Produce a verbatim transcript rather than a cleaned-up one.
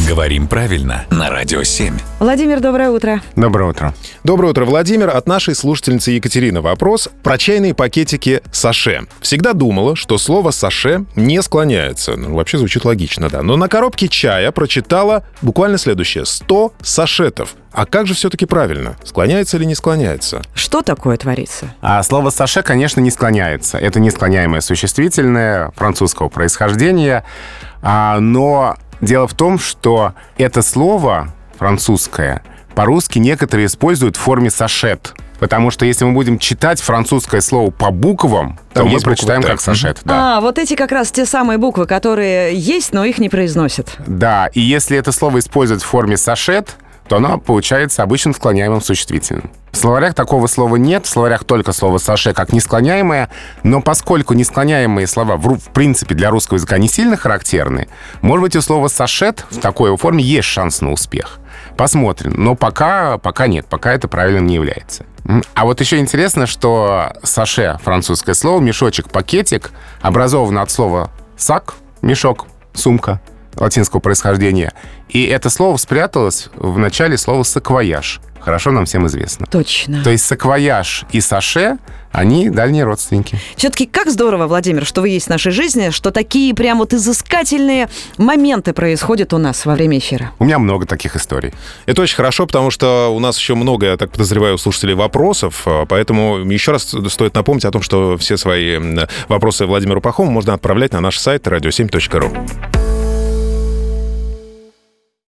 Говорим правильно на Радио семь. Владимир, доброе утро. Доброе утро. Доброе утро, Владимир. От нашей слушательницы Екатерины вопрос про чайные пакетики саше. Всегда думала, что слово «саше» не склоняется. Ну, вообще звучит логично, да. Но на коробке чая прочитала буквально следующее. сто сашетов. А как же все-таки правильно? Склоняется или не склоняется? Что такое творится? А слово «саше», конечно, не склоняется. Это несклоняемое существительное французского происхождения. А, но дело в том, что это слово французское по-русски некоторые используют в форме «сашет». Потому что если мы будем читать французское слово по буквам, то мы прочитаем как «сашет». Да. А, вот эти как раз те самые буквы, которые есть, но их не произносят. Да, и если это слово использовать в форме «сашет», то оно получается обычным склоняемым существительным. В словарях такого слова нет, в словарях только слово «саше» как несклоняемое, но поскольку несклоняемые слова в, в принципе для русского языка не сильно характерны, может быть, у слова «сашет» в такой форме есть шанс на успех. Посмотрим. Но пока, пока нет, пока это правильным не является. А вот еще интересно, что «саше» — французское слово, мешочек, пакетик, образовано от слова «сак», мешок, сумка, латинского происхождения. И это слово спряталось в начале слова «саквояж». Хорошо нам всем известно. Точно. То есть саквояж и саше, они дальние родственники. Все-таки как здорово, Владимир, что вы есть в нашей жизни, что такие прям вот изыскательные моменты происходят у нас во время эфира. У меня много таких историй. Это очень хорошо, потому что у нас еще много, я так подозреваю, у слушателей вопросов, поэтому еще раз стоит напомнить о том, что все свои вопросы Владимиру Пахомову можно отправлять на наш сайт радио семь точка ру.